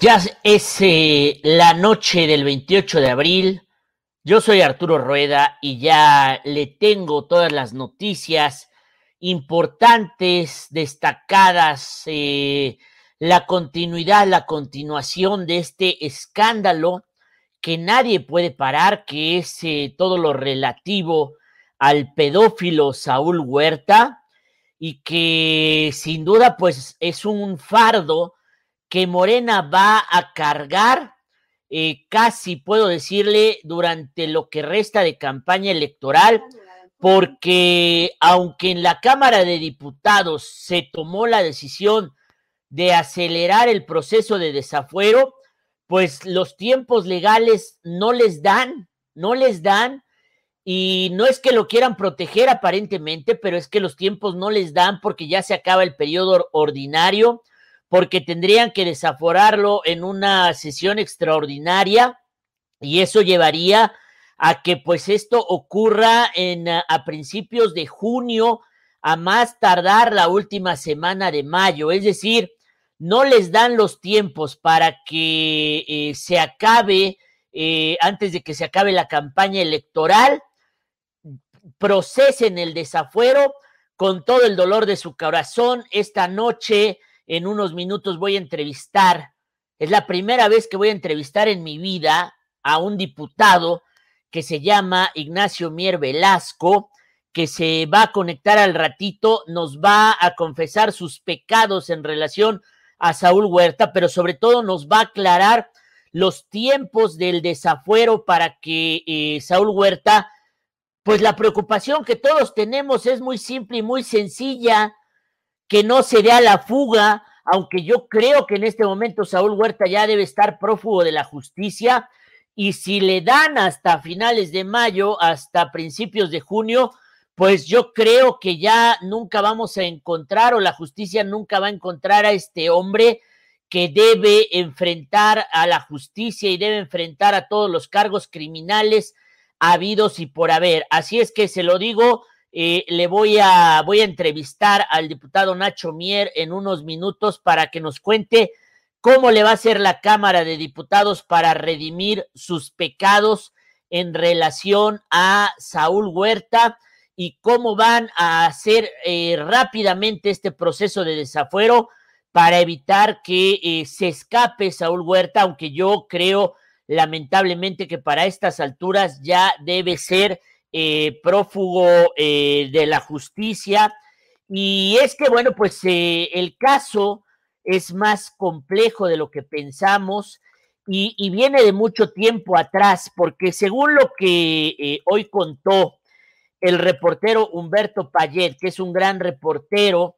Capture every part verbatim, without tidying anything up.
Ya es eh, la noche del veintiocho de abril. Yo soy Arturo Rueda y ya le tengo todas las noticias importantes, destacadas, eh, la continuidad, la continuación de este escándalo que nadie puede parar, que es eh, todo lo relativo al pedófilo Saúl Huerta y que sin duda pues es un fardo que Morena va a cargar, eh, casi puedo decirle, durante lo que resta de campaña electoral, porque aunque en la Cámara de Diputados se tomó la decisión de acelerar el proceso de desafuero, pues los tiempos legales no les dan, no les dan, y no es que lo quieran proteger aparentemente, pero es que los tiempos no les dan porque ya se acaba el periodo ordinario, porque tendrían que desaforarlo en una sesión extraordinaria y eso llevaría a que pues esto ocurra en, a, a principios de junio, a más tardar la última semana de mayo. Es decir, no les dan los tiempos para que eh, se acabe, eh, antes de que se acabe la campaña electoral, procesen el desafuero con todo el dolor de su corazón. Esta noche, en unos minutos, voy a entrevistar, es la primera vez que voy a entrevistar en mi vida a un diputado que se llama Ignacio Mier Velasco, que se va a conectar al ratito, nos va a confesar sus pecados en relación a Saúl Huerta, pero sobre todo nos va a aclarar los tiempos del desafuero para que eh, Saúl Huerta, pues la preocupación que todos tenemos es muy simple y muy sencilla, que no se dé a la fuga, aunque yo creo que en este momento Saúl Huerta ya debe estar prófugo de la justicia, y si le dan hasta finales de mayo, hasta principios de junio, pues yo creo que ya nunca vamos a encontrar, o la justicia nunca va a encontrar a este hombre que debe enfrentar a la justicia y debe enfrentar a todos los cargos criminales habidos y por haber. Así es que se lo digo, eh, le voy a, voy a entrevistar al diputado Nacho Mier en unos minutos para que nos cuente cómo le va a hacer la Cámara de Diputados para redimir sus pecados en relación a Saúl Huerta y cómo van a hacer eh, rápidamente este proceso de desafuero para evitar que eh, se escape Saúl Huerta, aunque yo creo lamentablemente que para estas alturas ya debe ser eh, prófugo eh, de la justicia. Y es que, bueno, pues eh, el caso es más complejo de lo que pensamos y, y viene de mucho tiempo atrás, porque según lo que eh, hoy contó el reportero Humberto Payet, que es un gran reportero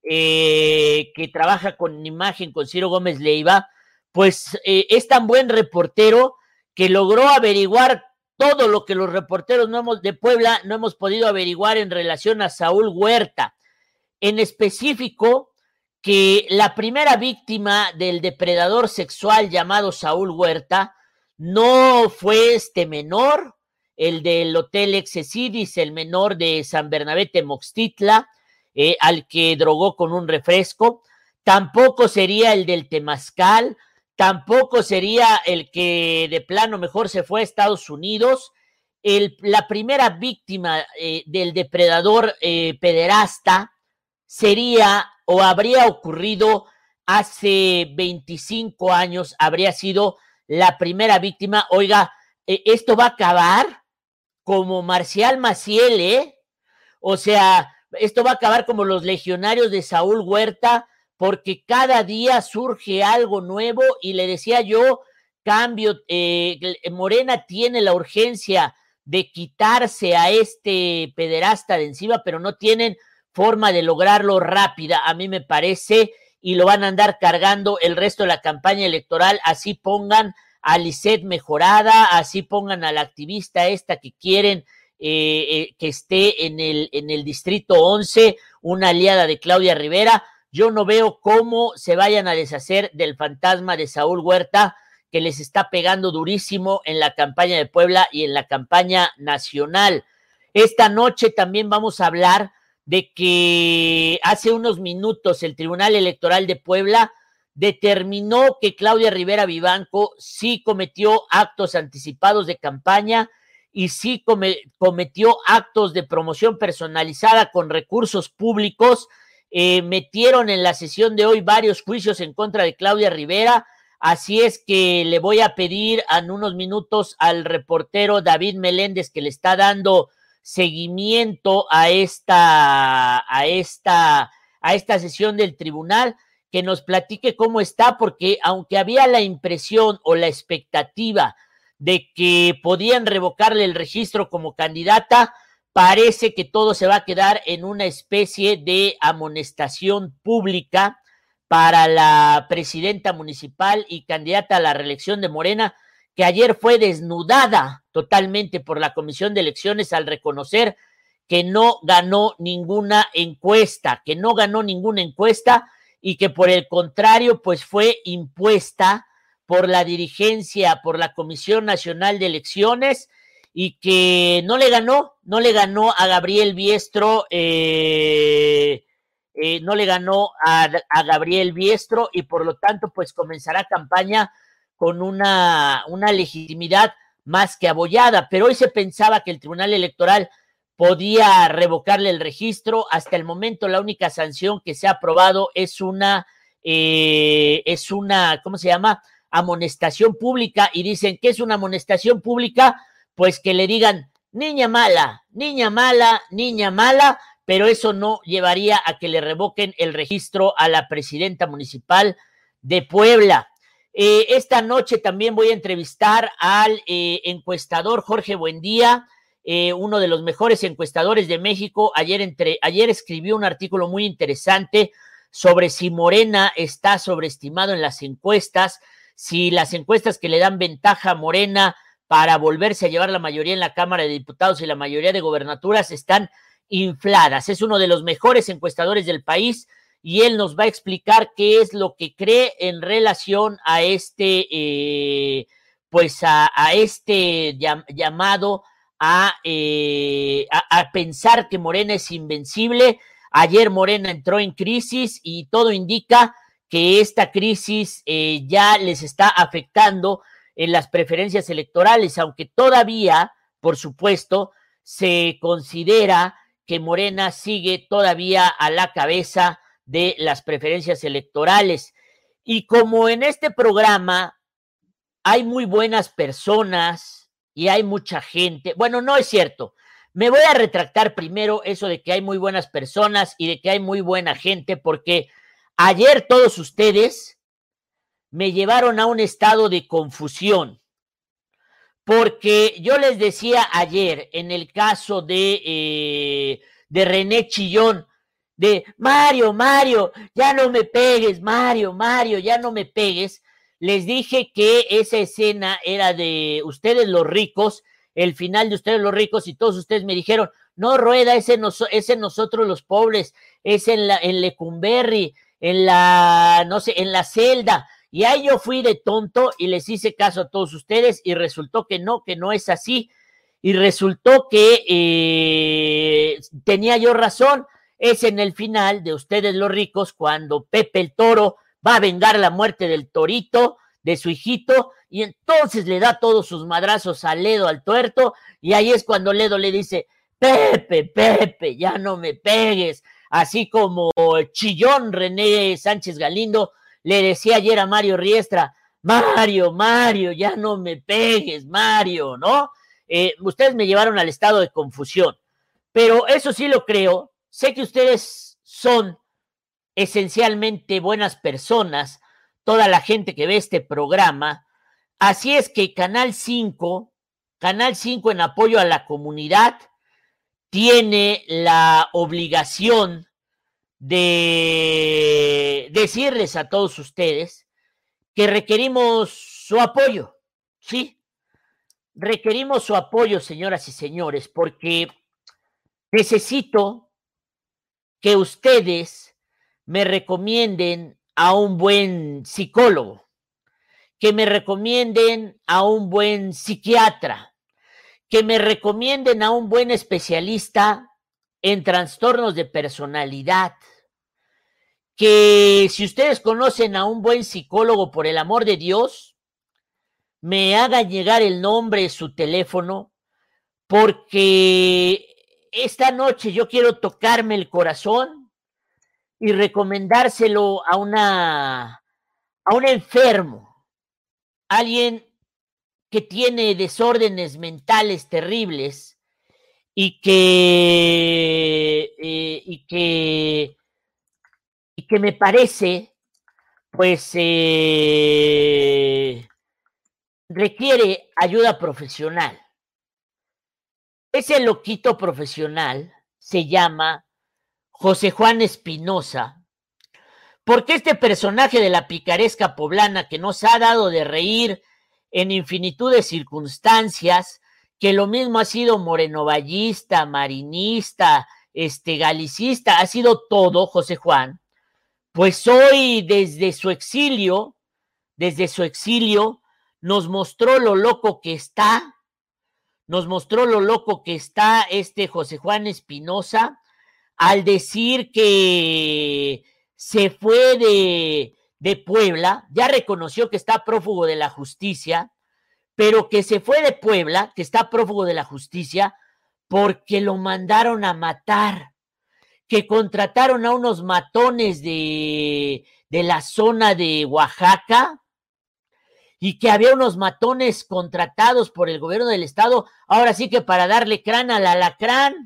eh, que trabaja con imagen con Ciro Gómez Leiva, pues eh, es tan buen reportero que logró averiguar todo lo que los reporteros no hemos, de Puebla no hemos podido averiguar en relación a Saúl Huerta. En específico, que la primera víctima del depredador sexual llamado Saúl Huerta no fue este menor, el del Hotel Excesidis, el menor de San Bernabé Temoxtitla, eh, al que drogó con un refresco, tampoco sería el del Temazcal, tampoco sería el que de plano mejor se fue a Estados Unidos. El, la primera víctima eh, del depredador eh, pederasta sería o habría ocurrido hace veinticinco años, habría sido la primera víctima. Oiga, eh, esto va a acabar como Marcial Maciel, ¿eh? O sea, esto va a acabar como los legionarios de Saúl Huerta, porque cada día surge algo nuevo y le decía yo, cambio, eh, Morena tiene la urgencia de quitarse a este pederasta de encima, pero no tienen forma de lograrlo rápida, a mí me parece, y lo van a andar cargando el resto de la campaña electoral, así pongan a Lisette Mejorada, así pongan a la activista esta que quieren eh, eh, que esté en el, en el distrito once, una aliada de Claudia Rivera. Yo no veo cómo se vayan a deshacer del fantasma de Saúl Huerta, que les está pegando durísimo en la campaña de Puebla y en la campaña nacional. Esta noche también vamos a hablar de que hace unos minutos el Tribunal Electoral de Puebla determinó que Claudia Rivera Vivanco sí cometió actos anticipados de campaña y sí cometió actos de promoción personalizada con recursos públicos. Eh, metieron en la sesión de hoy varios juicios en contra de Claudia Rivera, así es que le voy a pedir en unos minutos al reportero David Meléndez, que le está dando seguimiento a esta, a esta, a esta sesión del tribunal, que nos platique cómo está, porque aunque había la impresión o la expectativa de que podían revocarle el registro como candidata, parece que todo se va a quedar en una especie de amonestación pública para la presidenta municipal y candidata a la reelección de Morena, que ayer fue desnudada totalmente por la Comisión de Elecciones al reconocer que no ganó ninguna encuesta, que no ganó ninguna encuesta y que por el contrario, pues fue impuesta por la dirigencia, por la Comisión Nacional de Elecciones, y que no le ganó, no le ganó a Gabriel Biestro, eh, eh, no le ganó a, a Gabriel Biestro, y por lo tanto, pues comenzará campaña con una, una legitimidad más que abollada. Pero hoy se pensaba que el Tribunal Electoral podía revocarle el registro. Hasta el momento la única sanción que se ha aprobado es una, eh, es una, ¿cómo se llama?, amonestación pública, y dicen que es una amonestación pública, pues que le digan niña mala, niña mala, niña mala, pero eso no llevaría a que le revoquen el registro a la presidenta municipal de Puebla. Eh, esta noche también voy a entrevistar al eh, encuestador Jorge Buendía, eh, uno de los mejores encuestadores de México. Ayer, entre, ayer escribió un artículo muy interesante sobre si Morena está sobreestimado en las encuestas, si las encuestas que le dan ventaja a Morena para volverse a llevar la mayoría en la Cámara de Diputados y la mayoría de gobernaturas están infladas. Es uno de los mejores encuestadores del país y él nos va a explicar qué es lo que cree en relación a este, eh, pues a, a este llam, llamado a, eh, a, a pensar que Morena es invencible. Ayer Morena entró en crisis y todo indica que esta crisis eh, ya les está afectando en las preferencias electorales, aunque todavía, por supuesto, se considera que Morena sigue todavía a la cabeza de las preferencias electorales. Y como en este programa hay muy buenas personas y hay mucha gente, bueno, no es cierto, me voy a retractar primero eso de que hay muy buenas personas y de que hay muy buena gente, porque ayer todos ustedes me llevaron a un estado de confusión, porque yo les decía ayer en el caso de, eh, de René Chillón, de Mario, Mario, ya no me pegues, Mario, Mario, ya no me pegues. Les dije que esa escena era de Ustedes los Ricos, el final de Ustedes los Ricos, y todos ustedes me dijeron, no, Rueda, ese, nos, ese Nosotros los Pobres, es en, la, en Lecumberri, en la, no sé, en la celda. Y ahí yo fui de tonto y les hice caso a todos ustedes y resultó que no, que no es así. Y resultó que eh, tenía yo razón. Es en el final de Ustedes los Ricos cuando Pepe el Toro va a vengar la muerte del torito, de su hijito, y entonces le da todos sus madrazos a Ledo, al tuerto, y ahí es cuando Ledo le dice, Pepe, Pepe, ya no me pegues. Así como Chillón René Sánchez Galindo le decía ayer a Mario Riestra, Mario, Mario, ya no me pegues, Mario, ¿no? Eh, ustedes me llevaron al estado de confusión, pero eso sí lo creo, sé que ustedes son esencialmente buenas personas, toda la gente que ve este programa, así es que Canal cinco, Canal cinco en apoyo a la comunidad, tiene la obligación de decirles a todos ustedes que requerimos su apoyo, ¿sí? Requerimos su apoyo, señoras y señores, porque necesito que ustedes me recomienden a un buen psicólogo, que me recomienden a un buen psiquiatra, que me recomienden a un buen especialista en trastornos de personalidad, que si ustedes conocen a un buen psicólogo, por el amor de Dios, me hagan llegar el nombre, su teléfono, porque esta noche yo quiero tocarme el corazón y recomendárselo a una, a un enfermo, alguien que tiene desórdenes mentales terribles y que, eh, y que, y que me parece, pues, eh, requiere ayuda profesional. Ese loquito profesional se llama José Juan Espinosa, porque este personaje de la picaresca poblana que nos ha dado de reír en infinitud de circunstancias, que lo mismo ha sido morenovallista, marinista, este, galicista, ha sido todo, José Juan, pues hoy desde su exilio, desde su exilio, nos mostró lo loco que está, nos mostró lo loco que está este José Juan Espinosa al decir que se fue de, de Puebla, ya reconoció que está prófugo de la justicia, pero que se fue de Puebla, que está prófugo de la justicia, porque lo mandaron a matar, que contrataron a unos matones de, de la zona de Oaxaca, y que había unos matones contratados por el gobierno del estado, ahora sí que para darle crán al alacrán.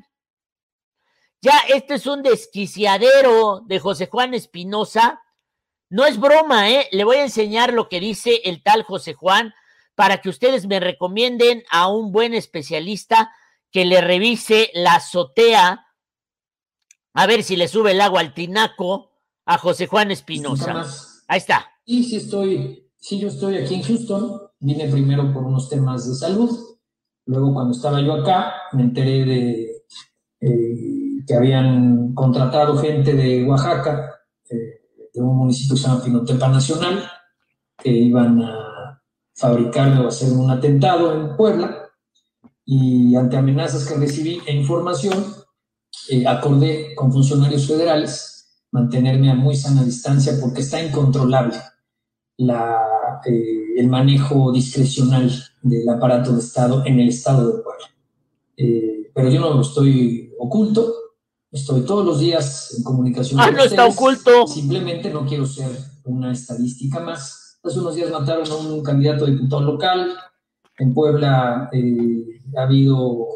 Ya este es un desquiciadero de José Juan Espinosa. No es broma, ¿eh? Le voy a enseñar lo que dice el tal José Juan para que ustedes me recomienden a un buen especialista que le revise la azotea, a ver si le sube el agua al tinaco a José Juan Espinosa. Ahí está. Y sí estoy... Sí, yo estoy aquí en Houston, vine primero por unos temas de salud, luego cuando estaba yo acá me enteré de eh, que habían contratado gente de Oaxaca, eh, de un municipio que se llama Pinotepa Nacional, que iban a fabricarme o hacer un atentado en Puebla, y ante amenazas que recibí e información, eh, acordé con funcionarios federales mantenerme a muy sana distancia porque está incontrolable la Eh, el manejo discrecional del aparato de Estado en el estado de Puebla. Eh, pero yo no lo estoy oculto, estoy todos los días en comunicación ah, con no ustedes. Está oculto. Simplemente no quiero ser una estadística más. Hace unos días mataron a un candidato a diputado local. En Puebla eh, ha habido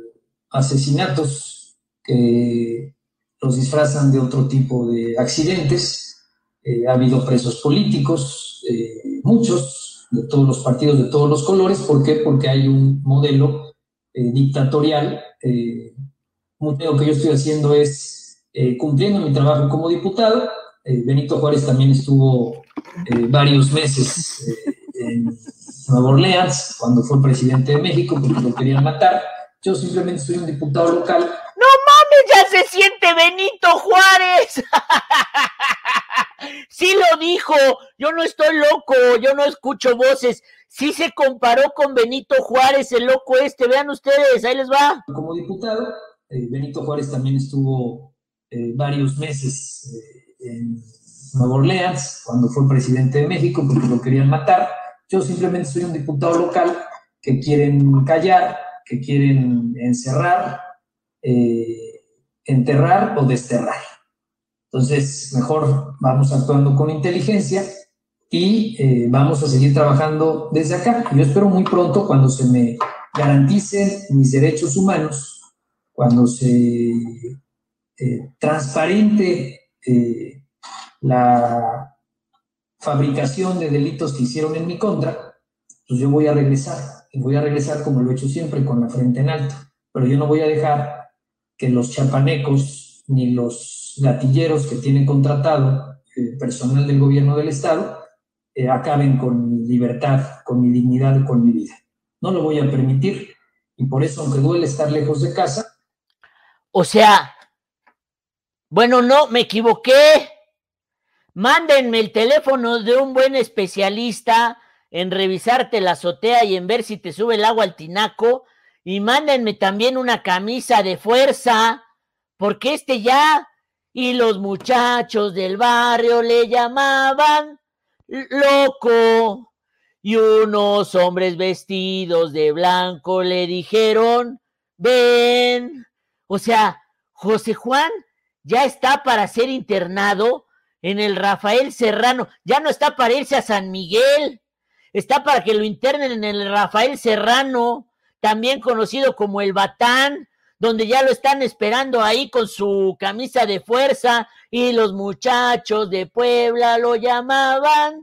asesinatos que los disfrazan de otro tipo de accidentes. Eh, ha habido presos políticos, eh, muchos, de todos los partidos, de todos los colores. ¿Por qué? Porque hay un modelo eh, dictatorial. Eh, mucho de lo que yo estoy haciendo es eh, cumpliendo mi trabajo como diputado. Eh, Benito Juárez también estuvo eh, varios meses eh, en Nueva Orleans, cuando fue presidente de México, porque lo querían matar. Yo simplemente soy un diputado local. ¡No mames! ¡Ya se siente Benito Juárez! Sí lo dijo, yo no estoy loco, yo no escucho voces. Sí se comparó con Benito Juárez, el loco este. Vean ustedes, ahí les va. Como diputado, eh, Benito Juárez también estuvo eh, varios meses eh, en Nueva Orleans, cuando fue presidente de México, porque lo querían matar. Yo simplemente soy un diputado local que quieren callar, que quieren encerrar, eh, enterrar o desterrar. Entonces, mejor vamos actuando con inteligencia y eh, vamos a seguir trabajando desde acá. Yo espero muy pronto, cuando se me garanticen mis derechos humanos, cuando se eh, transparente eh, la fabricación de delitos que hicieron en mi contra, pues yo voy a regresar. Y voy a regresar como lo he hecho siempre, con la frente en alto. Pero yo no voy a dejar que los chapanecos ni los gatilleros que tienen contratado el personal del gobierno del estado eh, acaben con mi libertad, con mi dignidad y con mi vida. No lo voy a permitir, y por eso, aunque duele estar lejos de casa. O sea, bueno, no, me equivoqué. Mándenme el teléfono de un buen especialista en revisarte la azotea y en ver si te sube el agua al tinaco, y mándenme también una camisa de fuerza, porque este ya, y los muchachos del barrio le llamaban loco, y unos hombres vestidos de blanco le dijeron, ven. O sea, José Juan ya está para ser internado en el Rafael Serrano, ya no está para irse a San Miguel, está para que lo internen en el Rafael Serrano, también conocido como el Batán, donde ya lo están esperando ahí con su camisa de fuerza, y los muchachos de Puebla lo llamaban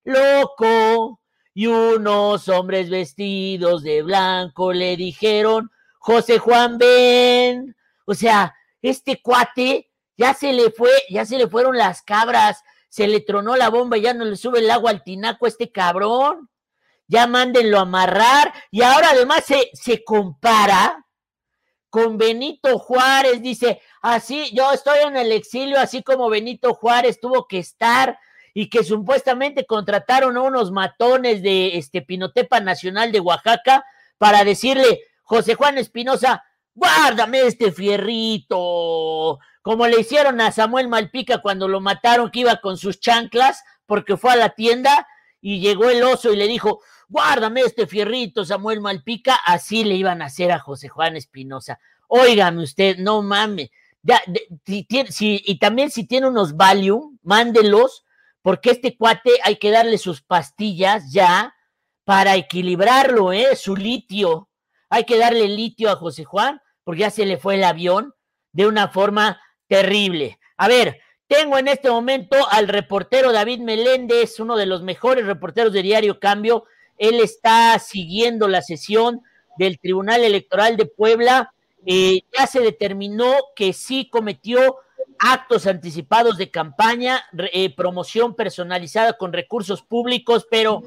loco, y unos hombres vestidos de blanco le dijeron, José Juan, ven. O sea, este cuate ya se le fue, ya se le fueron las cabras, se le tronó la bomba, ya no le sube el agua al tinaco a este cabrón, ya mándenlo a amarrar, y ahora además se, se compara con Benito Juárez, dice, así, yo estoy en el exilio, así como Benito Juárez tuvo que estar, y que supuestamente contrataron a unos matones de este Pinotepa Nacional de Oaxaca para decirle, José Juan Espinosa, guárdame este fierrito, como le hicieron a Samuel Malpica cuando lo mataron, que iba con sus chanclas, porque fue a la tienda, y llegó el oso y le dijo, guárdame este fierrito, Samuel Malpica. Así le iban a hacer a José Juan Espinosa. Óigame usted, no mames, ya, de, si, si, y también si tiene unos Valium, mándelos, porque este cuate hay que darle sus pastillas ya para equilibrarlo, ¿eh? Su litio. Hay que darle litio a José Juan, porque ya se le fue el avión de una forma terrible. A ver, tengo en este momento al reportero David Meléndez, uno de los mejores reporteros de Diario Cambio. Él está siguiendo la sesión del Tribunal Electoral de Puebla. Eh, ya se determinó que sí cometió actos anticipados de campaña, eh, promoción personalizada con recursos públicos, pero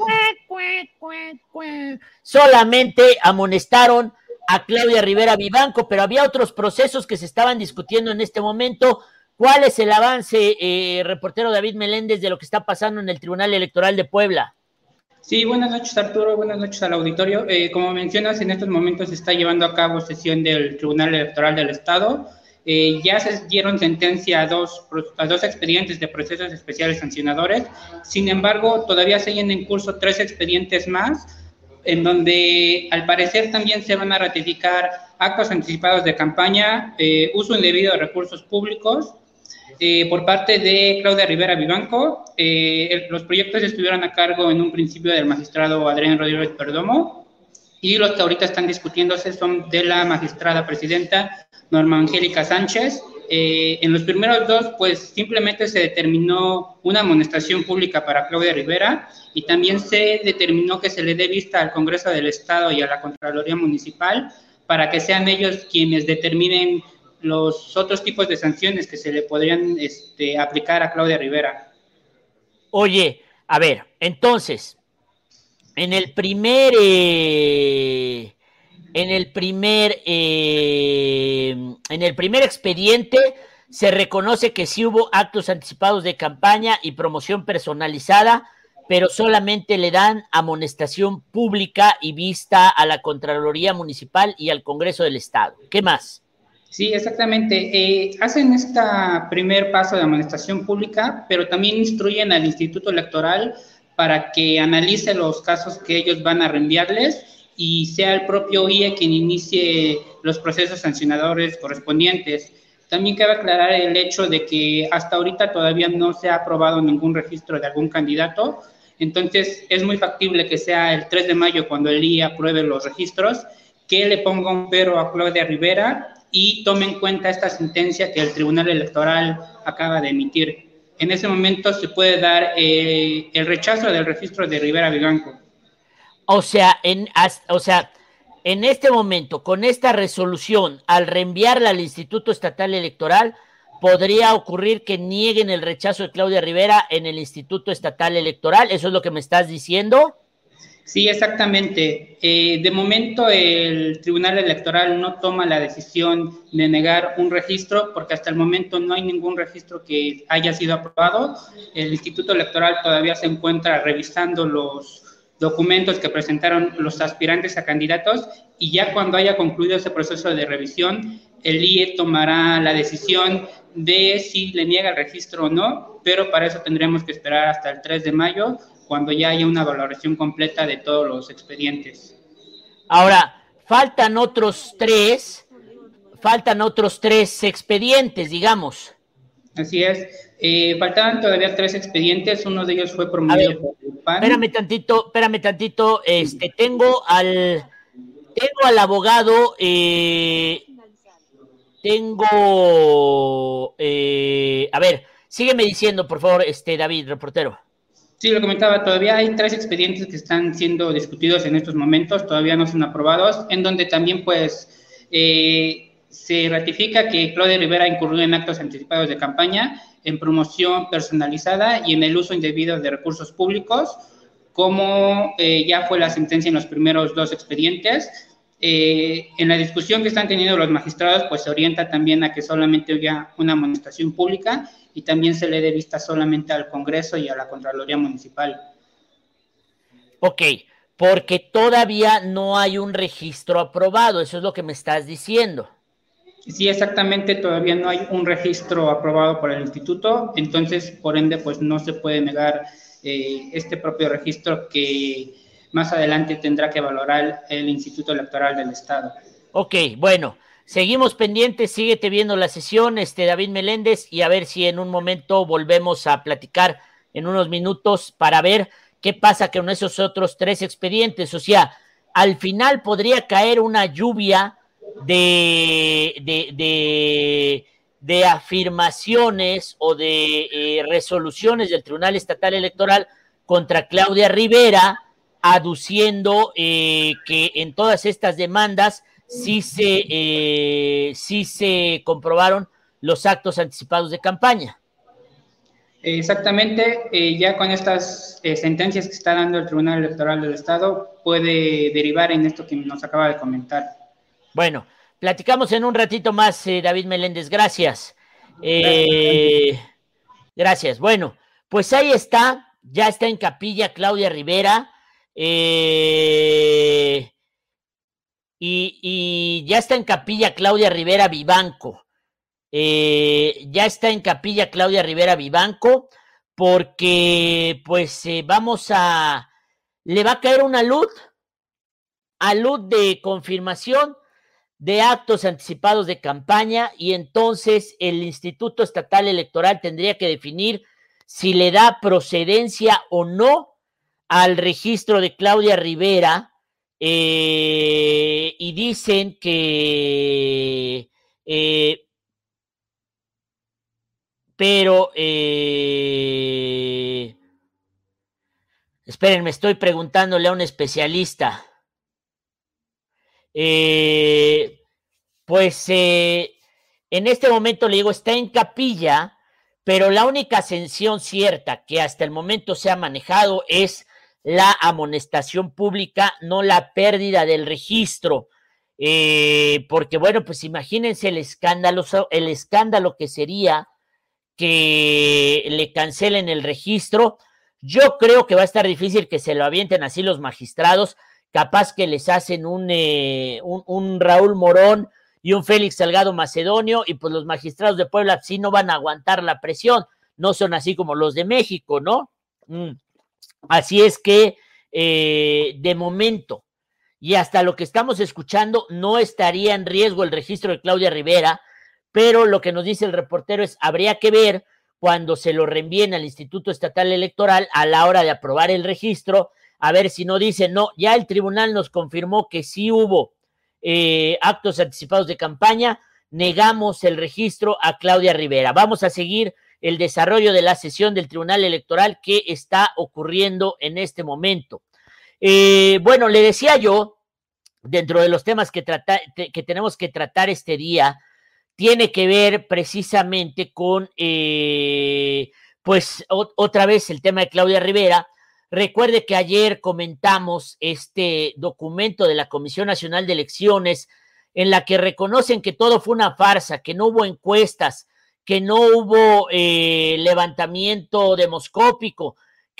solamente amonestaron a Claudia Rivera Vivanco, pero había otros procesos que se estaban discutiendo en este momento. ¿Cuál es el avance, eh, reportero David Meléndez, de lo que está pasando en el Tribunal Electoral de Puebla? Sí, buenas noches, Arturo, buenas noches al auditorio. Eh, como mencionas, en estos momentos se está llevando a cabo sesión del Tribunal Electoral del Estado. Eh, ya se dieron sentencia a dos, a dos expedientes de procesos especiales sancionadores. Sin embargo, todavía siguen en curso tres expedientes más, en donde al parecer también se van a ratificar actos anticipados de campaña, eh, uso indebido de recursos públicos, eh, por parte de Claudia Rivera Vivanco. Eh, el, los proyectos estuvieron a cargo en un principio del magistrado Adrián Rodríguez Perdomo, y los que ahorita están discutiéndose son de la magistrada presidenta Norma Angélica Sánchez. Eh, en los primeros dos, pues simplemente se determinó una amonestación pública para Claudia Rivera, y también se determinó que se le dé vista al Congreso del Estado y a la Contraloría Municipal para que sean ellos quienes determinen los otros tipos de sanciones que se le podrían este, aplicar a Claudia Rivera. Oye, a ver, entonces, en el primer, eh, en el primer, eh, en el primer expediente se reconoce que sí hubo actos anticipados de campaña y promoción personalizada, pero solamente le dan amonestación pública y vista a la Contraloría Municipal y al Congreso del Estado. ¿Qué más? Sí, exactamente. Eh, hacen este primer paso de amonestación pública, pero también instruyen al Instituto Electoral para que analice los casos que ellos van a reenviarles y sea el propio I E quien inicie los procesos sancionadores correspondientes. También cabe aclarar el hecho de que hasta ahorita todavía no se ha aprobado ningún registro de algún candidato, entonces es muy factible que sea el tres de mayo cuando el I E apruebe los registros, que le ponga un pero a Claudia Rivera y tome en cuenta esta sentencia que el Tribunal Electoral acaba de emitir. En ese momento se puede dar eh, el rechazo del registro de Rivera Vivanco. O sea, en, o sea, en este momento, con esta resolución, al reenviarla al Instituto Estatal Electoral, podría ocurrir que nieguen el rechazo de Claudia Rivera en el Instituto Estatal Electoral. ¿Eso es lo que me estás diciendo? Sí, exactamente. Eh, de momento el Tribunal Electoral no toma la decisión de negar un registro porque hasta el momento no hay ningún registro que haya sido aprobado. El Instituto Electoral todavía se encuentra revisando los, documentos que presentaron los aspirantes a candidatos, y ya cuando haya concluido ese proceso de revisión, el I E tomará la decisión de si le niega el registro o no, pero para eso tendremos que esperar hasta el tres de mayo, cuando ya haya una valoración completa de todos los expedientes. Ahora, faltan otros tres, faltan otros tres expedientes, digamos. Así es. Eh, faltaban todavía tres expedientes, uno de ellos fue promovido por el P A N. Espérame tantito, espérame tantito, este, tengo al, tengo al abogado, eh, tengo, eh, a ver, sígueme diciendo, por favor, este, David, reportero. Sí, lo comentaba, todavía hay tres expedientes que están siendo discutidos en estos momentos, todavía no son aprobados, en donde también, pues, eh, se ratifica que Claudia Rivera incurrió en actos anticipados de campaña, en promoción personalizada y en el uso indebido de recursos públicos, como eh, ya fue la sentencia en los primeros dos expedientes. Eh, en la discusión que están teniendo los magistrados, pues se orienta también a que solamente haya una amonestación pública y también se le dé vista solamente al Congreso y a la Contraloría Municipal. Ok, porque todavía no hay un registro aprobado, eso es lo que me estás diciendo. Sí, exactamente, todavía no hay un registro aprobado por el instituto, entonces, por ende, pues no se puede negar eh, este propio registro que más adelante tendrá que valorar el Instituto Electoral del Estado. Ok, bueno, seguimos pendientes, síguete viendo la sesión, este David Meléndez, y a ver si en un momento volvemos a platicar en unos minutos para ver qué pasa con esos otros tres expedientes. O sea, al final podría caer una lluvia de, de, de, de afirmaciones o de eh, resoluciones del Tribunal Estatal Electoral contra Claudia Rivera, aduciendo eh, que en todas estas demandas sí se, eh, sí se comprobaron los actos anticipados de campaña. Exactamente, eh, ya con estas eh, sentencias que está dando el Tribunal Electoral del Estado puede derivar en esto que nos acaba de comentar. Bueno, platicamos en un ratito más, eh, David Meléndez, gracias. Eh, gracias. Bueno, pues ahí está, ya está en capilla Claudia Rivera. Eh, y, y ya está en capilla Claudia Rivera Vivanco. Eh, ya está en capilla Claudia Rivera Vivanco porque pues eh, vamos a, le va a caer una luz, a luz de confirmación de actos anticipados de campaña, y entonces el Instituto Estatal Electoral tendría que definir si le da procedencia o no al registro de Claudia Rivera, eh, y dicen que eh, pero eh, esperen, me estoy preguntándole a un especialista. Eh, pues eh, en este momento le digo, está en capilla, pero la única ascensión cierta que hasta el momento se ha manejado es la amonestación pública, no la pérdida del registro. Eh, porque bueno, pues imagínense el escándalo, el escándalo que sería que le cancelen el registro. Yo creo que va a estar difícil que se lo avienten así los magistrados, capaz que les hacen un, eh, un, un Raúl Morón y un Félix Salgado Macedonio, y pues los magistrados de Puebla sí no van a aguantar la presión, no son así como los de México, ¿no? Mm. Así es que eh, de momento, y hasta lo que estamos escuchando, no estaría en riesgo el registro de Claudia Rivera, pero lo que nos dice el reportero es, habría que ver cuando se lo reenvíen al Instituto Estatal Electoral a la hora de aprobar el registro, a ver si no dicen, no, ya el tribunal nos confirmó que sí hubo eh, actos anticipados de campaña, negamos el registro a Claudia Rivera. Vamos a seguir el desarrollo de la sesión del Tribunal Electoral que está ocurriendo en este momento. Eh, bueno, le decía yo, dentro de los temas que, trata, que tenemos que tratar este día, tiene que ver precisamente con, eh, pues, o, otra vez el tema de Claudia Rivera. Recuerde que ayer comentamos este documento de la Comisión Nacional de Elecciones en la que reconocen que todo fue una farsa, que no hubo encuestas, que no hubo eh, levantamiento demoscópico,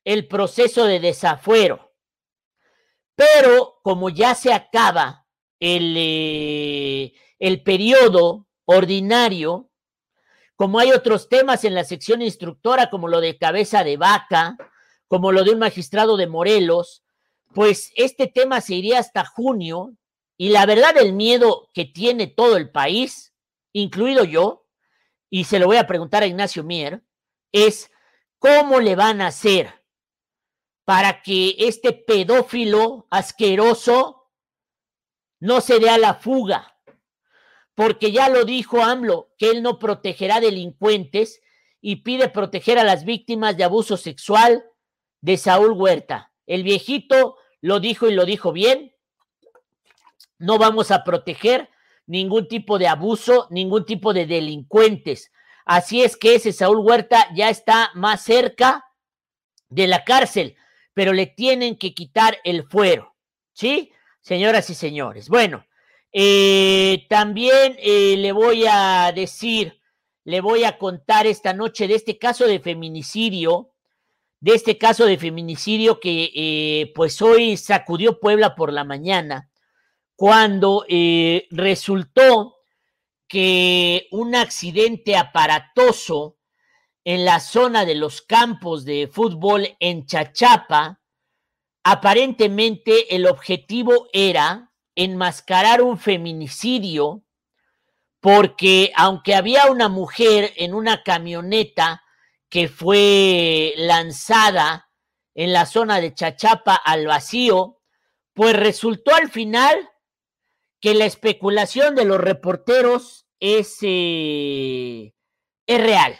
el proceso de desafuero. Pero como ya se acaba el, eh, el periodo ordinario, como hay otros temas en la sección instructora, como lo de cabeza de vaca, como lo de un magistrado de Morelos, pues este tema se iría hasta junio, y la verdad el miedo que tiene todo el país, incluido yo, y se lo voy a preguntar a Ignacio Mier, es cómo le van a hacer para que este pedófilo asqueroso no se dé a la fuga, porque ya lo dijo AMLO, que él no protegerá delincuentes y pide proteger a las víctimas de abuso sexual de Saúl Huerta. El viejito lo dijo y lo dijo bien, no vamos a proteger ningún tipo de abuso, ningún tipo de delincuentes. Así es que ese Saúl Huerta ya está más cerca de la cárcel, pero le tienen que quitar el fuero, ¿sí? Señoras y señores. Bueno, eh, también eh, le voy a decir, le voy a contar esta noche de este caso de feminicidio, de este caso de feminicidio que eh, pues hoy sacudió Puebla por la mañana, cuando eh, resultó que un accidente aparatoso en la zona de los campos de fútbol en Chachapa, aparentemente el objetivo era enmascarar un feminicidio, porque aunque había una mujer en una camioneta que fue lanzada en la zona de Chachapa al vacío, pues resultó al final que la especulación de los reporteros es, eh, es real,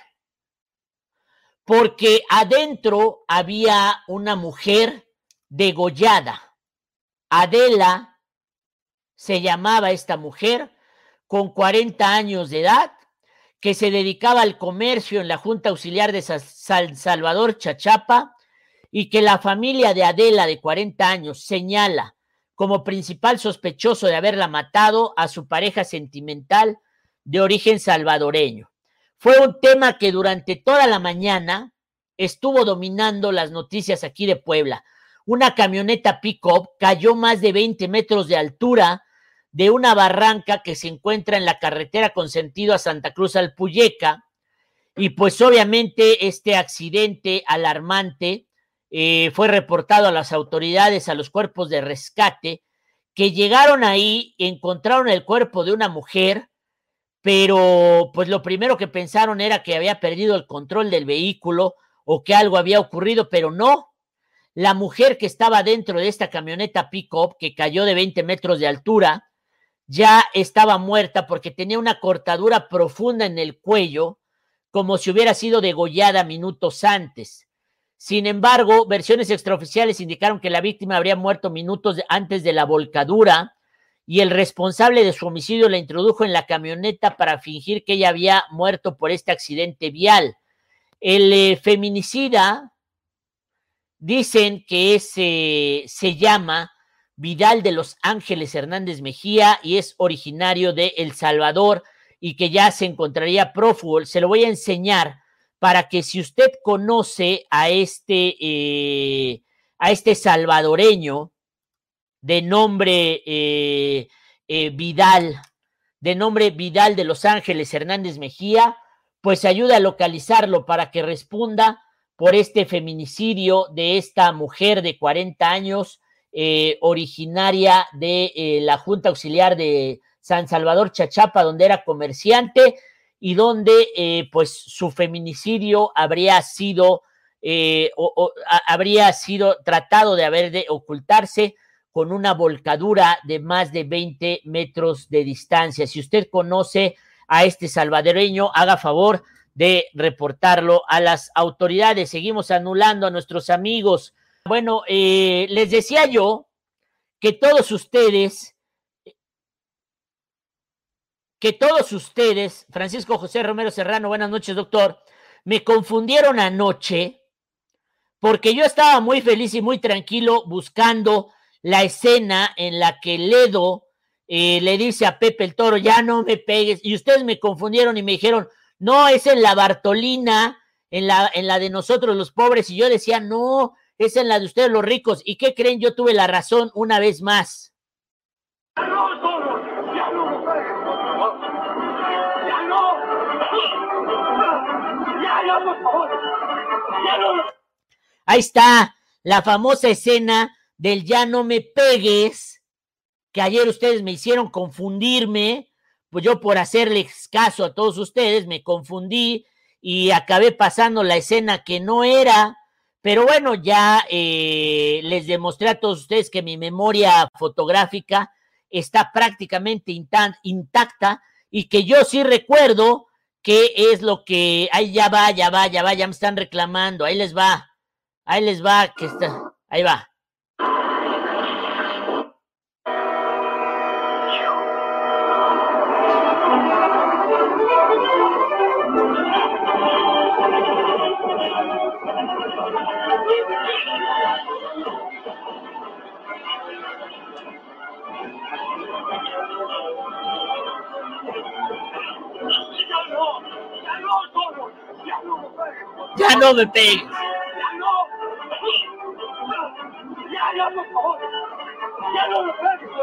porque adentro había una mujer degollada. Adela se llamaba esta mujer, con cuarenta años de edad, que se dedicaba al comercio en la Junta Auxiliar de San Salvador, Chachapa, y que la familia de Adela, de cuarenta años, señala como principal sospechoso de haberla matado a su pareja sentimental de origen salvadoreño. Fue un tema que durante toda la mañana estuvo dominando las noticias aquí de Puebla. Una camioneta pick-up cayó más de veinte metros de altura de una barranca que se encuentra en la carretera con sentido a Santa Cruz Alpuyeca, y pues obviamente este accidente alarmante eh, fue reportado a las autoridades, a los cuerpos de rescate, que llegaron ahí, encontraron el cuerpo de una mujer, pero pues lo primero que pensaron era que había perdido el control del vehículo o que algo había ocurrido, pero no. La mujer que estaba dentro de esta camioneta pick-up, que cayó de veinte metros de altura, ya estaba muerta porque tenía una cortadura profunda en el cuello, como si hubiera sido degollada minutos antes. Sin embargo, versiones extraoficiales indicaron que la víctima habría muerto minutos antes de la volcadura, y el responsable de su homicidio la introdujo en la camioneta para fingir que ella había muerto por este accidente vial. El eh, feminicida, dicen que es, eh, se llama Vidal de los Ángeles Hernández Mejía y es originario de El Salvador y que ya se encontraría prófugo. Se lo voy a enseñar para que si usted conoce a este, eh, a este salvadoreño de nombre eh, eh, Vidal, de nombre Vidal de los Ángeles Hernández Mejía, pues ayuda a localizarlo para que responda por este feminicidio de esta mujer de cuarenta años, eh, originaria de eh, la Junta Auxiliar de San Salvador, Chachapa, donde era comerciante y donde eh, pues su feminicidio habría sido, eh, o, o, a, habría sido tratado de haber de ocultarse con una volcadura de más de veinte metros de distancia. Si usted conoce a este salvadoreño, haga favor de reportarlo a las autoridades. Seguimos anulando a nuestros amigos. Bueno, eh, les decía yo que todos ustedes, que todos ustedes, Francisco José Romero Serrano, buenas noches, doctor, me confundieron anoche porque yo estaba muy feliz y muy tranquilo buscando la escena en la que Ledo eh, le dice a Pepe el Toro, ya no me pegues, y ustedes me confundieron y me dijeron, no, es en la Bartolina, en la, en la de nosotros los pobres, y yo decía, no, es en la de ustedes los ricos. ¿Y qué creen? Yo tuve la razón una vez más. Ya no, ya no, ya no, ya no, por favor, ya no. Ahí está la famosa escena del ya no me pegues, que ayer ustedes me hicieron confundirme, pues yo por hacerles caso a todos ustedes me confundí y acabé pasando la escena que no era, pero bueno, ya eh, les demostré a todos ustedes que mi memoria fotográfica está prácticamente intacta y que yo sí recuerdo qué es lo que, ahí ya va, ya va, ya va, ya me están reclamando, ahí les va, ahí les va, que está, ahí va. Ya no me pegues. Ya no. Ya, ya, por favor. Ya no me pegues.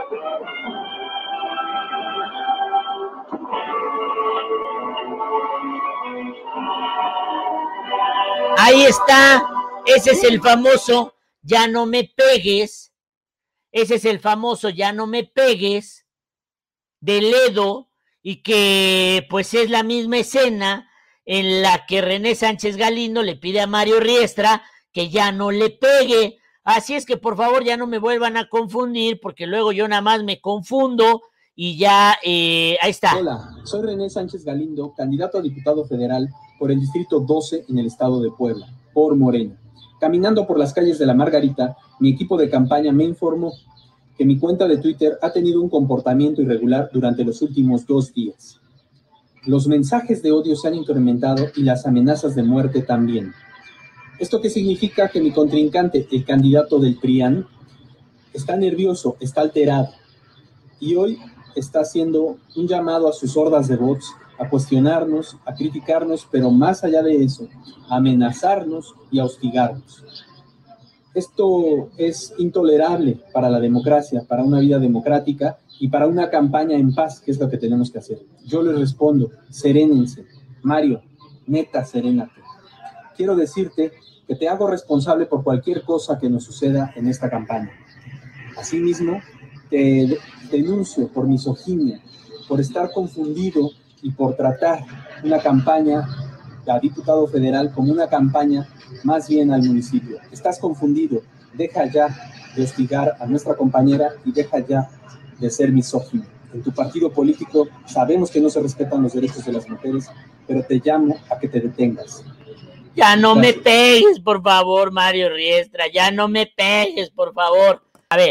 Ahí está. Ese es el famoso ya no me pegues. Ese es el famoso ya no me pegues de Ledo, y que pues es la misma escena en la que René Sánchez Galindo le pide a Mario Riestra que ya no le pegue. Así es que por favor ya no me vuelvan a confundir, porque luego yo nada más me confundo y ya, eh, ahí está. Hola, soy René Sánchez Galindo, candidato a diputado federal por el Distrito doce en el estado de Puebla, por Morena. Caminando por las calles de La Margarita, mi equipo de campaña me informó que mi cuenta de Twitter ha tenido un comportamiento irregular durante los últimos dos días. Los mensajes de odio se han incrementado y las amenazas de muerte también. ¿Esto qué significa? Que mi contrincante, el candidato del PRIAN, está nervioso, está alterado, y hoy está haciendo un llamado a sus hordas de bots a cuestionarnos, a criticarnos, pero más allá de eso, a amenazarnos y a hostigarnos. Esto es intolerable para la democracia, para una vida democrática y para una campaña en paz, que es lo que tenemos que hacer. Yo les respondo, serénense. Mario, neta, serénate. Quiero decirte que te hago responsable por cualquier cosa que nos suceda en esta campaña. Asimismo, te denuncio por misoginia, por estar confundido y por tratar una campaña a diputado federal como una campaña más bien al municipio. Estás confundido, deja ya de hostigar a nuestra compañera y deja ya de ser misógino. En tu partido político sabemos que no se respetan los derechos de las mujeres, pero te llamo a que te detengas. Ya no Gracias. me pegues, por favor, Mario Riestra, ya no me pegues, por favor. A ver,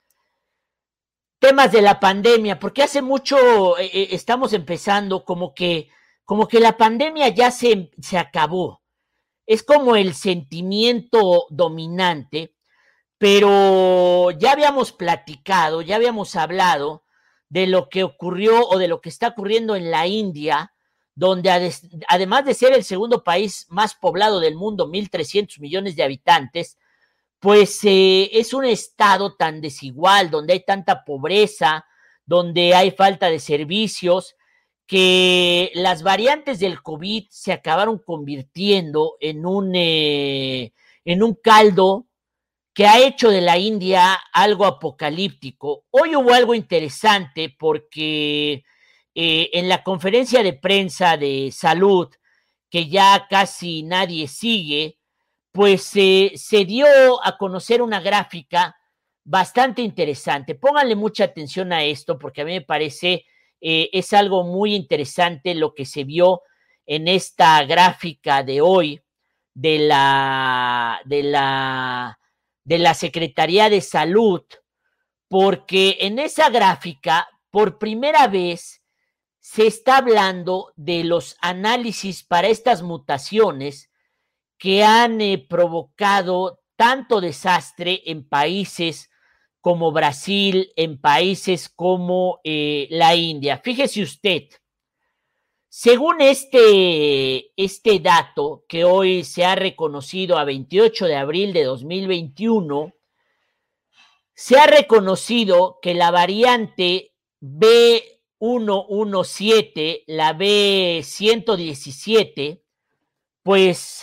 temas de la pandemia, porque hace mucho eh, estamos empezando como que, como que la pandemia ya se, se acabó. Es como el sentimiento dominante, pero ya habíamos platicado, ya habíamos hablado de lo que ocurrió o de lo que está ocurriendo en la India, donde además de ser el segundo país más poblado del mundo, mil trescientos millones de habitantes, pues eh, es un estado tan desigual, donde hay tanta pobreza, donde hay falta de servicios, que las variantes del COVID se acabaron convirtiendo en un, eh, en un caldo que ha hecho de la India algo apocalíptico. Hoy hubo algo interesante porque eh, en la conferencia de prensa de salud, que ya casi nadie sigue, pues eh, se dio a conocer una gráfica bastante interesante. Pónganle mucha atención a esto porque a mí me parece eh, es algo muy interesante lo que se vio en esta gráfica de hoy de la, de la, de la Secretaría de Salud, porque en esa gráfica por primera vez se está hablando de los análisis para estas mutaciones que han eh, provocado tanto desastre en países como Brasil, en países como eh, la India. Fíjese usted, Según este, este dato que hoy se ha reconocido a veintiocho de abril de dos mil veintiuno, se ha reconocido que la variante B ciento diecisiete, la B ciento diecisiete, pues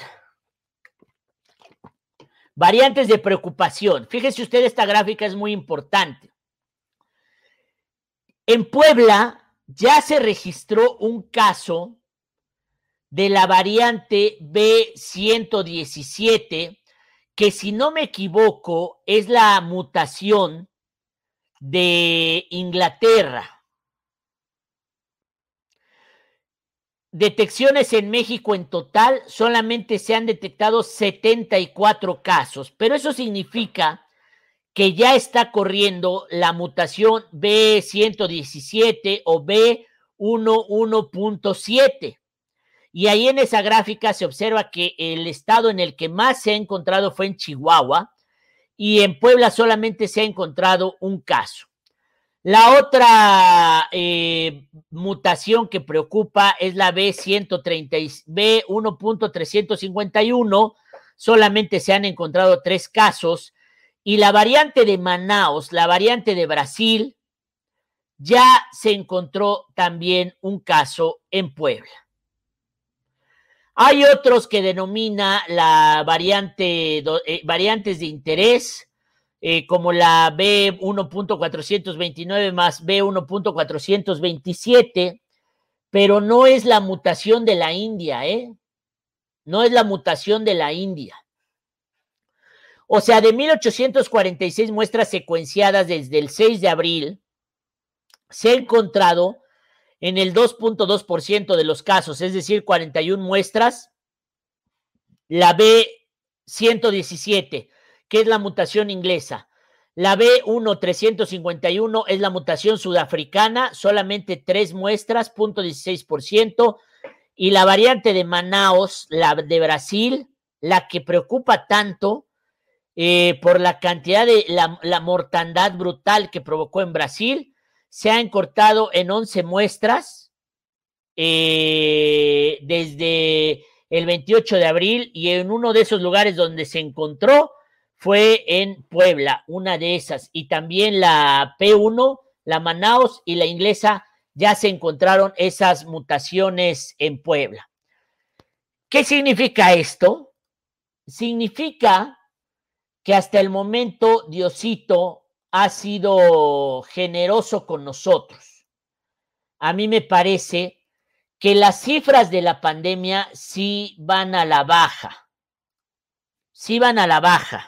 variantes de preocupación. Fíjese usted, esta gráfica es muy importante. En Puebla ya se registró un caso de la variante B ciento diecisiete, que si no me equivoco es la mutación de Inglaterra. Detecciones en México en total, solamente se han detectado setenta y cuatro casos, pero eso significa que ya está corriendo la mutación B ciento diecisiete o B once punto siete. Y ahí en esa gráfica se observa que el estado en el que más se ha encontrado fue en Chihuahua, y en Puebla solamente se ha encontrado un caso. La otra eh, mutación que preocupa es la B ciento treinta, B uno punto trescientos cincuenta y uno, solamente se han encontrado tres casos, y la variante de Manaus, la variante de Brasil, ya se encontró también un caso en Puebla. Hay otros que denomina la variante, eh, variantes de interés, eh, como la B uno punto cuatrocientos veintinueve más B uno punto cuatrocientos veintisiete, pero no es la mutación de la India, ¿eh? No es la mutación de la India. O sea, de mil ochocientas cuarenta y seis muestras secuenciadas desde el seis de abril, se ha encontrado en el dos punto dos por ciento de los casos, es decir, cuarenta y una muestras, la B ciento diecisiete, que es la mutación inglesa. La B uno punto trescientos cincuenta y uno es la mutación sudafricana, solamente tres muestras, cero punto dieciséis por ciento. Y la variante de Manaus, la de Brasil, la que preocupa tanto eh, por la cantidad de la, la mortandad brutal que provocó en Brasil, se ha encortado en once muestras eh, desde el veintiocho de abril, y en uno de esos lugares donde se encontró fue en Puebla, una de esas, y también la P uno, la Manaus y la inglesa, ya se encontraron esas mutaciones en Puebla. ¿Qué significa esto? Significa que hasta el momento Diosito ha sido generoso con nosotros. A mí me parece que las cifras de la pandemia sí van a la baja, sí van a la baja.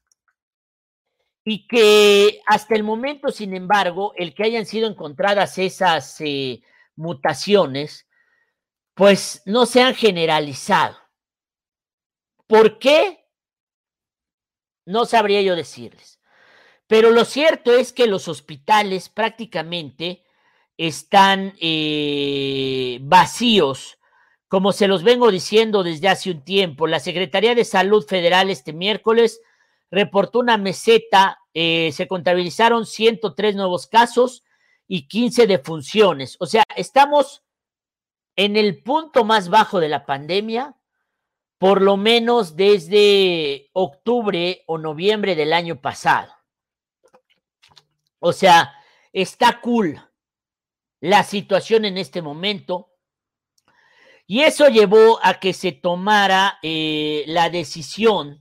Y que hasta el momento, sin embargo, el que hayan sido encontradas esas eh, mutaciones, pues no se han generalizado. ¿Por qué? No sabría yo decirles. Pero lo cierto es que los hospitales prácticamente están eh, vacíos, como se los vengo diciendo desde hace un tiempo. La Secretaría de Salud Federal este miércoles reportó una meseta, eh, se contabilizaron ciento tres nuevos casos y quince defunciones. O sea, estamos en el punto más bajo de la pandemia, por lo menos desde octubre o noviembre del año pasado. O sea, está cool la situación en este momento, y eso llevó a que se tomara eh, la decisión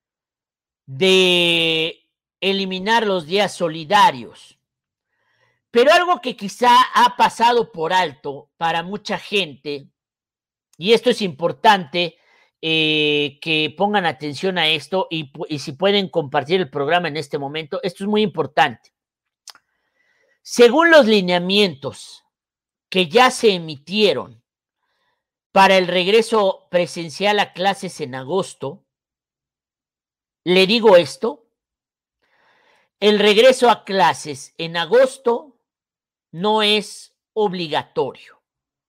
de eliminar los días solidarios. Pero algo que quizá ha pasado por alto para mucha gente, y esto es importante eh, que pongan atención a esto, y, y si pueden compartir el programa en este momento, esto es muy importante. Según los lineamientos que ya se emitieron para el regreso presencial a clases en agosto, le digo esto, el regreso a clases en agosto no es obligatorio.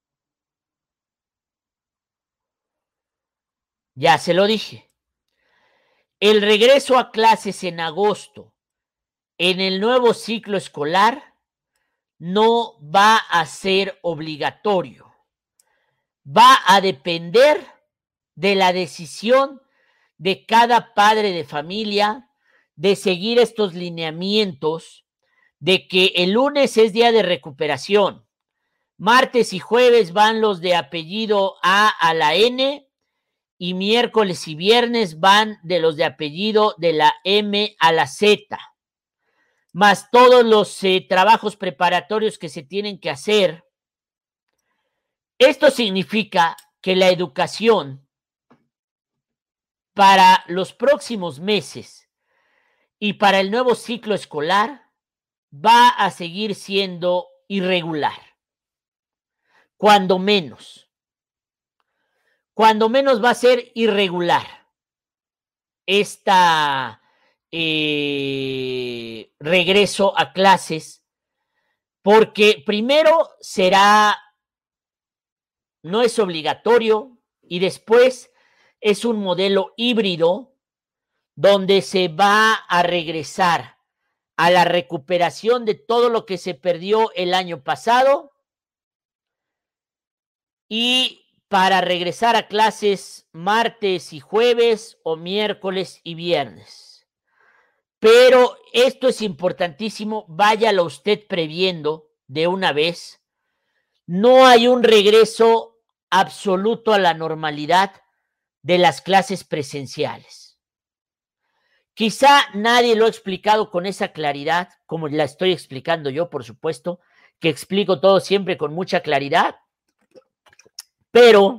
Ya se lo dije. El regreso a clases en agosto en el nuevo ciclo escolar no va a ser obligatorio. va a depender de la decisión de cada padre de familia de seguir estos lineamientos de que el lunes es día de recuperación, martes y jueves van los de apellido A a la N y miércoles y viernes van de los de apellido de la M a la Z, más todos los eh, trabajos preparatorios que se tienen que hacer. Esto significa que la educación para los próximos meses y para el nuevo ciclo escolar va a seguir siendo irregular, cuando menos. Cuando menos va a ser irregular esta eh, regreso a clases, porque primero será, no es obligatorio, y después es un modelo híbrido donde se va a regresar a la recuperación de todo lo que se perdió el año pasado y para regresar a clases martes y jueves o miércoles y viernes. Pero esto es importantísimo, váyalo usted previendo de una vez. No hay un regreso absoluto a la normalidad de las clases presenciales. Quizá nadie lo ha explicado con esa claridad, como la estoy explicando yo, por supuesto, que explico todo siempre con mucha claridad, pero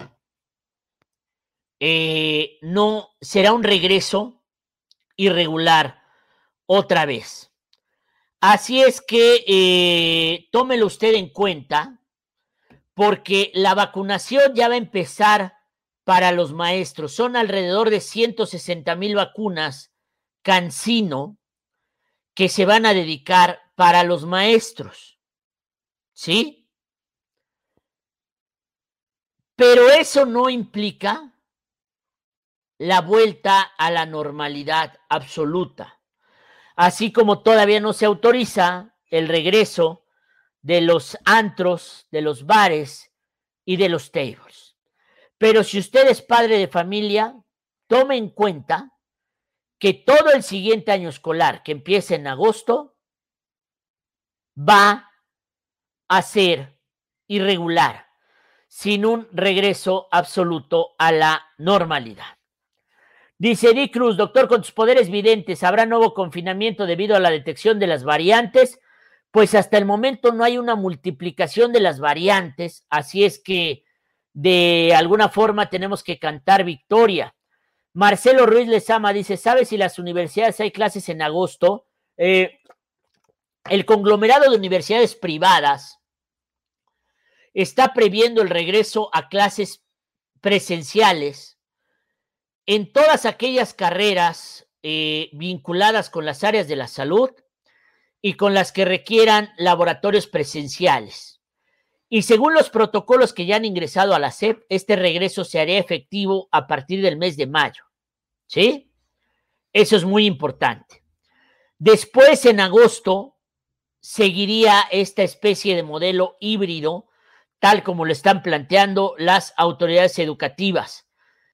eh, no será un regreso irregular otra vez. Así es que eh, tómelo usted en cuenta, porque la vacunación ya va a empezar para los maestros. Son alrededor de ciento sesenta mil vacunas CanSino que se van a dedicar para los maestros, ¿sí? Pero eso no implica la vuelta a la normalidad absoluta, así como todavía no se autoriza el regreso de los antros, de los bares y de los tables. Pero si usted es padre de familia, tome en cuenta que todo el siguiente año escolar, que empieza en agosto, va a ser irregular, sin un regreso absoluto a la normalidad. Dice Di Cruz, doctor, con tus poderes videntes, ¿habrá nuevo confinamiento debido a la detección de las variantes? Pues hasta el momento no hay una multiplicación de las variantes, así es que de alguna forma tenemos que cantar victoria. Marcelo Ruiz Lezama dice, ¿sabes si las universidades hay clases en agosto? Eh, el conglomerado de universidades privadas está previendo el regreso a clases presenciales en todas aquellas carreras eh, vinculadas con las áreas de la salud y con las que requieran laboratorios presenciales. Y según los protocolos que ya han ingresado a la S E P, este regreso se haría efectivo a partir del mes de mayo, ¿sí? Eso es muy importante. Después, en agosto, seguiría esta especie de modelo híbrido, tal como lo están planteando las autoridades educativas.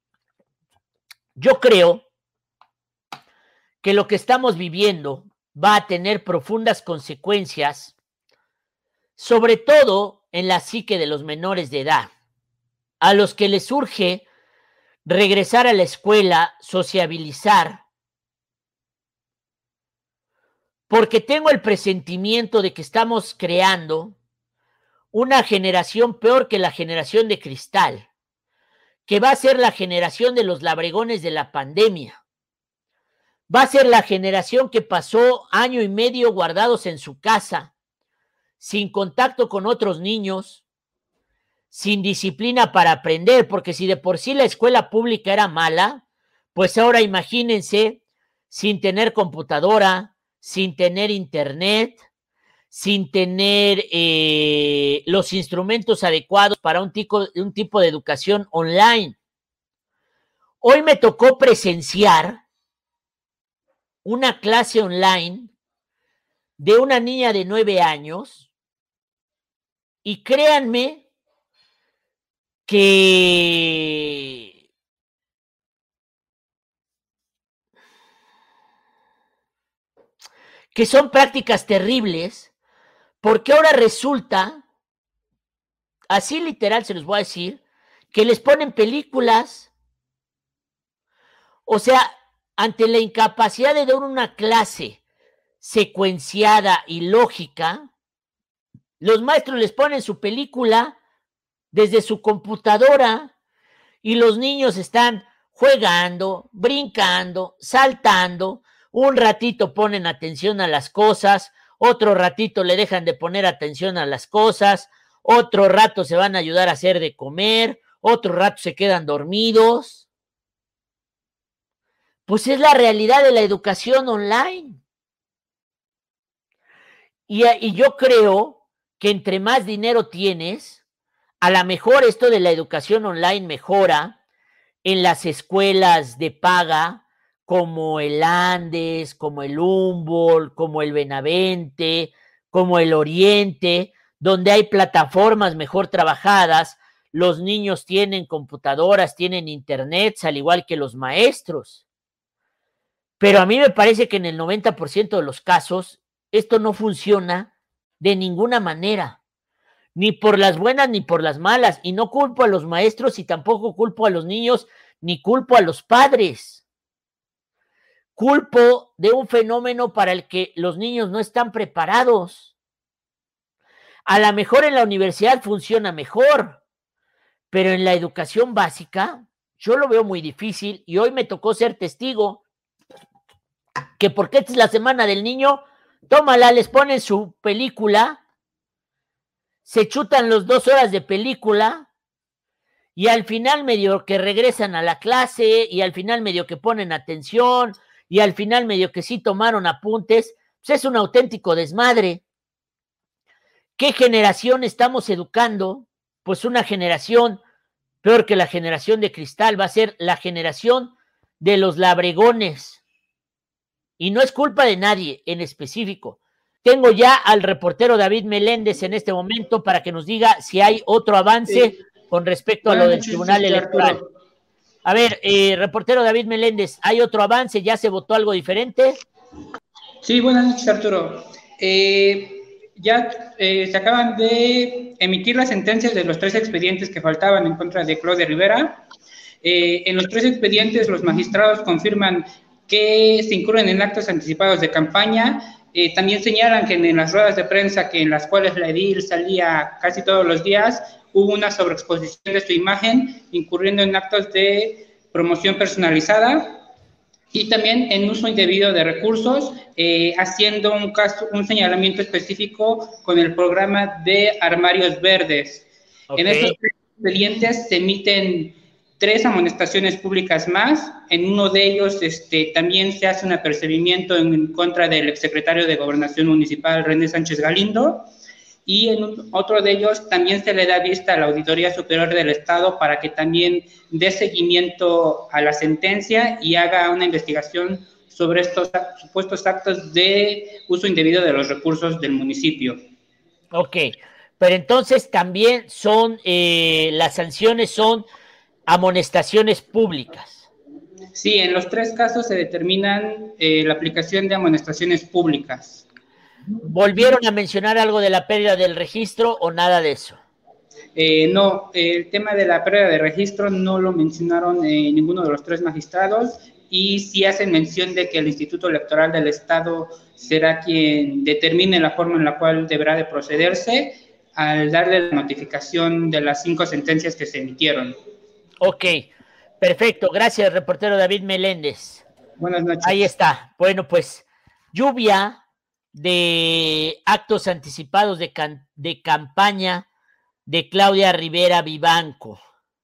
Yo creo que lo que estamos viviendo va a tener profundas consecuencias, sobre todo en la psique de los menores de edad, a los que les urge regresar a la escuela, sociabilizar, porque tengo el presentimiento de que estamos creando una generación peor que la generación de cristal, que va a ser la generación de los labregones de la pandemia. Va a ser la generación que pasó año y medio guardados en su casa, sin contacto con otros niños, sin disciplina para aprender, porque si de por sí la escuela pública era mala, pues ahora imagínense sin tener computadora, sin tener internet, sin tener eh, los instrumentos adecuados para un tipo, un tipo de educación online. Hoy me tocó presenciar una clase online de una niña de nueve años y créanme que que son prácticas terribles, porque ahora resulta, así literal se los voy a decir, que les ponen películas. O sea, ante la incapacidad de dar una clase secuenciada y lógica, los maestros les ponen su película desde su computadora y los niños están jugando, brincando, saltando. Un ratito ponen atención a las cosas, otro ratito le dejan de poner atención a las cosas, otro rato se van a ayudar a hacer de comer, otro rato se quedan dormidos. Pues es la realidad de la educación online. Y, y yo creo que entre más dinero tienes, a lo mejor esto de la educación online mejora en las escuelas de paga, como el Andes, como el Humboldt, como el Benavente, como el Oriente, donde hay plataformas mejor trabajadas, los niños tienen computadoras, tienen internet, al igual que los maestros. Pero a mí me parece que en el noventa por ciento de los casos esto no funciona de ninguna manera, ni por las buenas ni por las malas, y no culpo a los maestros y tampoco culpo a los niños, ni culpo a los padres. Culpo de un fenómeno para el que los niños no están preparados. A lo mejor en la universidad funciona mejor, pero en la educación básica yo lo veo muy difícil y hoy me tocó ser testigo que porque esta es la semana del niño, tómala, les ponen su película, se chutan los dos horas de película y al final medio que regresan a la clase y al final medio que ponen atención y al final medio que sí tomaron apuntes, pues es un auténtico desmadre. ¿Qué generación estamos educando? Pues una generación peor que la generación de cristal, va a ser la generación de los labregones. Y no es culpa de nadie en específico. Tengo ya al reportero David Meléndez en este momento para que nos diga si hay otro avance sí. con respecto Buenas a lo del Tribunal Electoral. Arturo. A ver, eh, reportero David Meléndez, ¿hay otro avance? ¿Ya se votó algo diferente? Sí, buenas noches, Arturo. Eh, ya eh, se acaban de emitir las sentencias de los tres expedientes que faltaban en contra de Claudia Rivera. Eh, en los tres expedientes, los magistrados confirman que se incurren en actos anticipados de campaña. Eh, también señalan que en las ruedas de prensa que en las cuales la edil salía casi todos los días, hubo una sobreexposición de su imagen, incurriendo en actos de promoción personalizada y también en uso indebido de recursos, eh, haciendo un, caso, un señalamiento específico con el programa de armarios verdes. Okay. En estos expedientes se emiten tres amonestaciones públicas más. En uno de ellos este, también se hace un apercibimiento en contra del exsecretario de Gobernación Municipal, René Sánchez Galindo, y en un, otro de ellos también se le da vista a la Auditoría Superior del Estado para que también dé seguimiento a la sentencia y haga una investigación sobre estos supuestos actos de uso indebido de los recursos del municipio. Ok, pero entonces también son, eh, las sanciones son amonestaciones públicas. Sí, en los tres casos se determinan eh, la aplicación de amonestaciones públicas. ¿Volvieron a mencionar algo de la pérdida del registro o nada de eso? Eh, no, el tema de la pérdida de registro no lo mencionaron eh, ninguno de los tres magistrados y sí hacen mención de que el Instituto Electoral del Estado será quien determine la forma en la cual deberá de procederse al darle la notificación de las cinco sentencias que se emitieron. Ok, perfecto. Gracias, reportero David Meléndez. Buenas noches. Ahí está. Bueno, pues lluvia de actos anticipados de, can de campaña de Claudia Rivera Vivanco.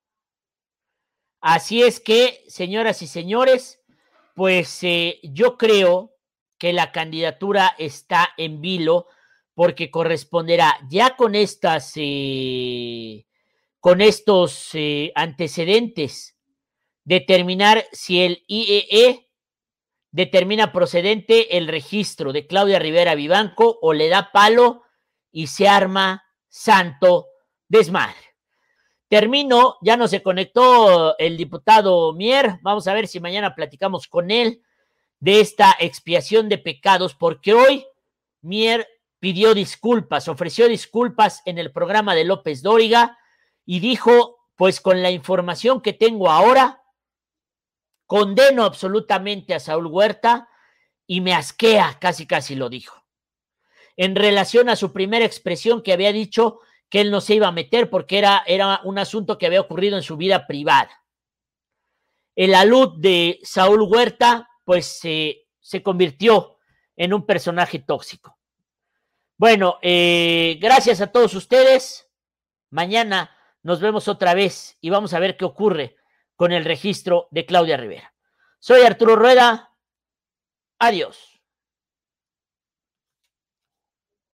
Así es que, señoras y señores, pues eh, yo creo que la candidatura está en vilo porque corresponderá ya con estas, eh, con estos eh, antecedentes, determinar si el I E E determina procedente el registro de Claudia Rivera Vivanco o le da palo y se arma santo desmadre. termino, ya no se conectó el diputado Mier, vamos a ver si mañana platicamos con él de esta expiación de pecados, porque hoy Mier pidió disculpas, ofreció disculpas en el programa de López Dóriga y dijo, pues con la información que tengo ahora, condeno absolutamente a Saúl Huerta y me asquea, casi casi lo dijo, en relación a su primera expresión que había dicho que él no se iba a meter porque era, era un asunto que había ocurrido en su vida privada. El alud de Saúl Huerta, pues eh, se convirtió en un personaje tóxico. Bueno, eh, gracias a todos ustedes. Mañana nos vemos otra vez y vamos a ver qué ocurre con el registro de Claudia Rivera. Soy Arturo Rueda. Adiós.